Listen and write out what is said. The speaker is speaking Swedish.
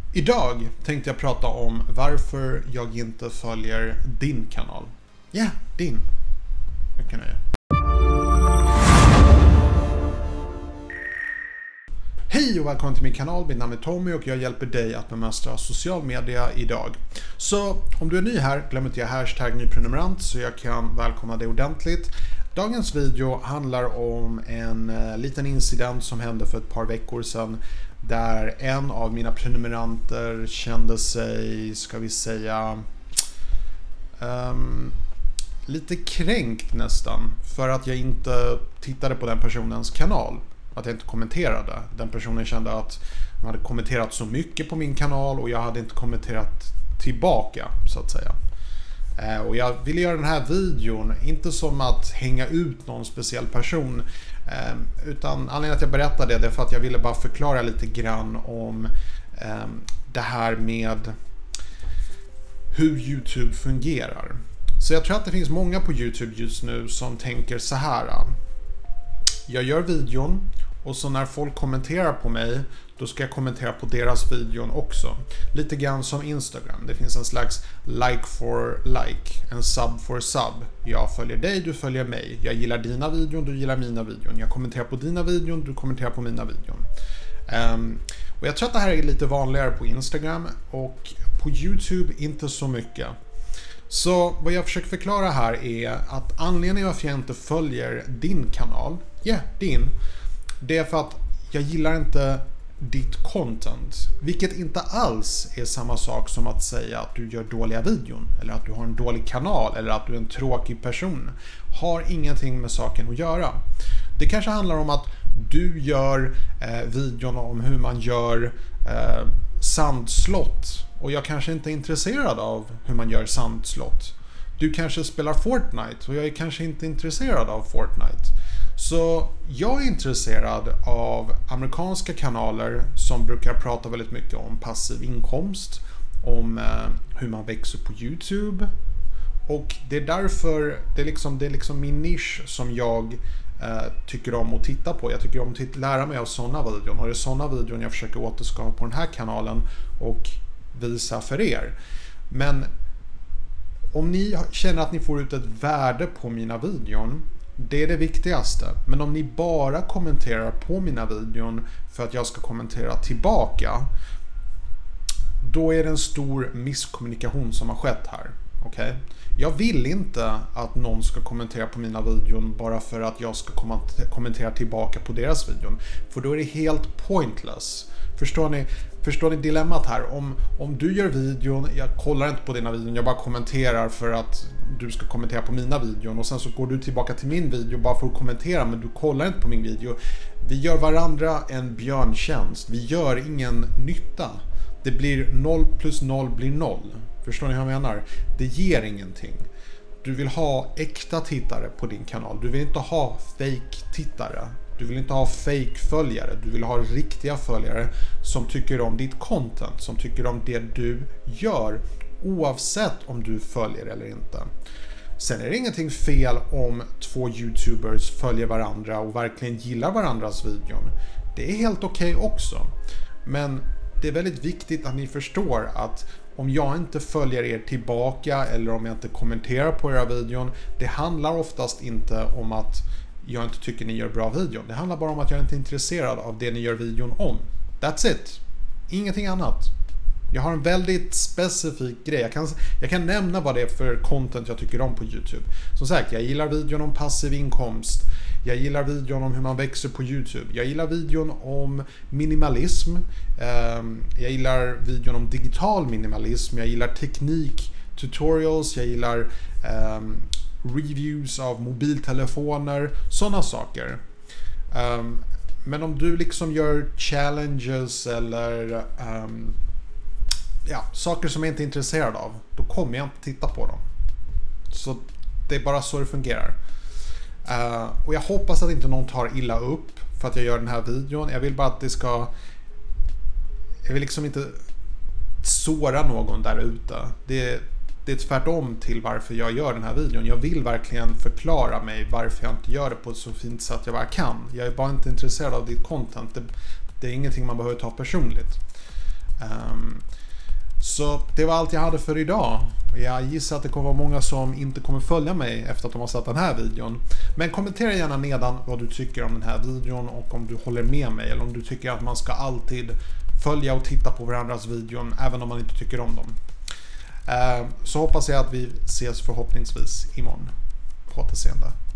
Idag tänkte jag prata om varför jag inte följer din kanal. Ja, din. Mycket nöje. Hej och välkommen till min kanal, mitt namn är Tommy och jag hjälper dig att bemästra social media idag. Så om du är ny här, glöm inte att hashtag nyprenumerant så jag kan välkomna dig ordentligt. Dagens video handlar om en liten incident som hände för ett par veckor sedan där en av mina prenumeranter kände sig, lite kränkt nästan för att jag inte tittade på den personens kanal. Att jag inte kommenterade. Den personen kände att de hade kommenterat så mycket på min kanal och jag hade inte kommenterat tillbaka så att säga. Och jag ville göra den här videon inte som att hänga ut någon speciell person utan anledningen att jag berättade det är för att jag ville bara förklara lite grann om det här med hur YouTube fungerar. Så jag tror att det finns många på YouTube just nu som tänker så här. Jag gör videon och så när folk kommenterar på mig då ska jag kommentera på deras videon också. Lite grann som Instagram. Det finns en slags like for like. En sub for sub. Jag följer dig, du följer mig. Jag gillar dina videon, du gillar mina videon. Jag kommenterar på dina videon, du kommenterar på mina videon. Och jag tror att det här är lite vanligare på Instagram och på YouTube inte så mycket. Så vad jag försöker förklara här är att anledningen varför jag inte följer din kanal, din, det är för att jag gillar inte ditt content. Vilket inte alls är samma sak som att säga att du gör dåliga videon eller att du har en dålig kanal eller att du är en tråkig person. Har ingenting med saken att göra. Det kanske handlar om att du gör videon om hur man gör sandslott och jag kanske inte är intresserad av hur man gör sandslott. Du kanske spelar Fortnite och jag är kanske inte intresserad av Fortnite. Så jag är intresserad av amerikanska kanaler som brukar prata väldigt mycket om passiv inkomst, om hur man växer på YouTube. Och det är därför, det är liksom min nisch som jag tycker om att titta på. Jag tycker om att lära mig av sådana videon och det är sådana videon jag försöker återskapa på den här kanalen och visa för er. Men om ni känner att ni får ut ett värde på mina videon, det är det viktigaste. Men om ni bara kommenterar på mina videon för att jag ska kommentera tillbaka, då är det en stor misskommunikation som har skett här. Okay? Jag vill inte att någon ska kommentera på mina videon bara för att jag ska kommentera tillbaka på deras videon. För då är det helt pointless. Förstår ni dilemmat här? Om du gör videon, jag kollar inte på dina videon, jag bara kommenterar för att du ska kommentera på mina videon och sen så går du tillbaka till min video bara för att kommentera men du kollar inte på min video. Vi gör varandra en björntjänst. Vi gör ingen nytta. Det blir 0 plus 0 blir 0. Förstår ni vad jag menar? Det ger ingenting. Du vill ha äkta tittare på din kanal. Du vill inte ha fake tittare. Du vill inte ha fake följare. Du vill ha riktiga följare som tycker om ditt content. Som tycker om det du gör. Oavsett om du följer eller inte. Sen är det ingenting fel om två YouTubers följer varandra och verkligen gillar varandras videon. Det är helt okej också. Men det är väldigt viktigt att ni förstår att om jag inte följer er tillbaka eller om jag inte kommenterar på era videon, det handlar oftast inte om att jag inte tycker ni gör bra videon. Det handlar bara om att jag inte är intresserad av det ni gör videon om. That's it. Ingenting annat. Jag har en väldigt specifik grej. Jag kan nämna vad det är för content jag tycker om på YouTube. Som sagt, jag gillar videon om passiv inkomst. Jag gillar videon om hur man växer på YouTube. Jag gillar videon om minimalism. Jag gillar videon om digital minimalism. Jag gillar teknik, tutorials. Jag gillar reviews av mobiltelefoner. Sådana saker. Men om du liksom gör challenges eller saker som jag inte är intresserad av, då kommer jag inte titta på dem. Så det är bara så det fungerar. Och jag hoppas att inte någon tar illa upp för att jag gör den här videon. Jag vill bara att jag vill liksom inte såra någon där ute. Det är tvärtom till varför jag gör den här videon. Jag vill verkligen förklara mig varför jag inte gör det på ett så fint sätt jag bara kan. Jag är bara inte intresserad av ditt content. Det är ingenting man behöver ta personligt. Så det var allt jag hade för idag. Jag gissar att det kommer vara många som inte kommer följa mig efter att de har sett den här videon. Men kommentera gärna nedan vad du tycker om den här videon och om du håller med mig. Eller om du tycker att man ska alltid följa och titta på varandras videon även om man inte tycker om dem. Så hoppas jag att vi ses förhoppningsvis imorgon. På återseende.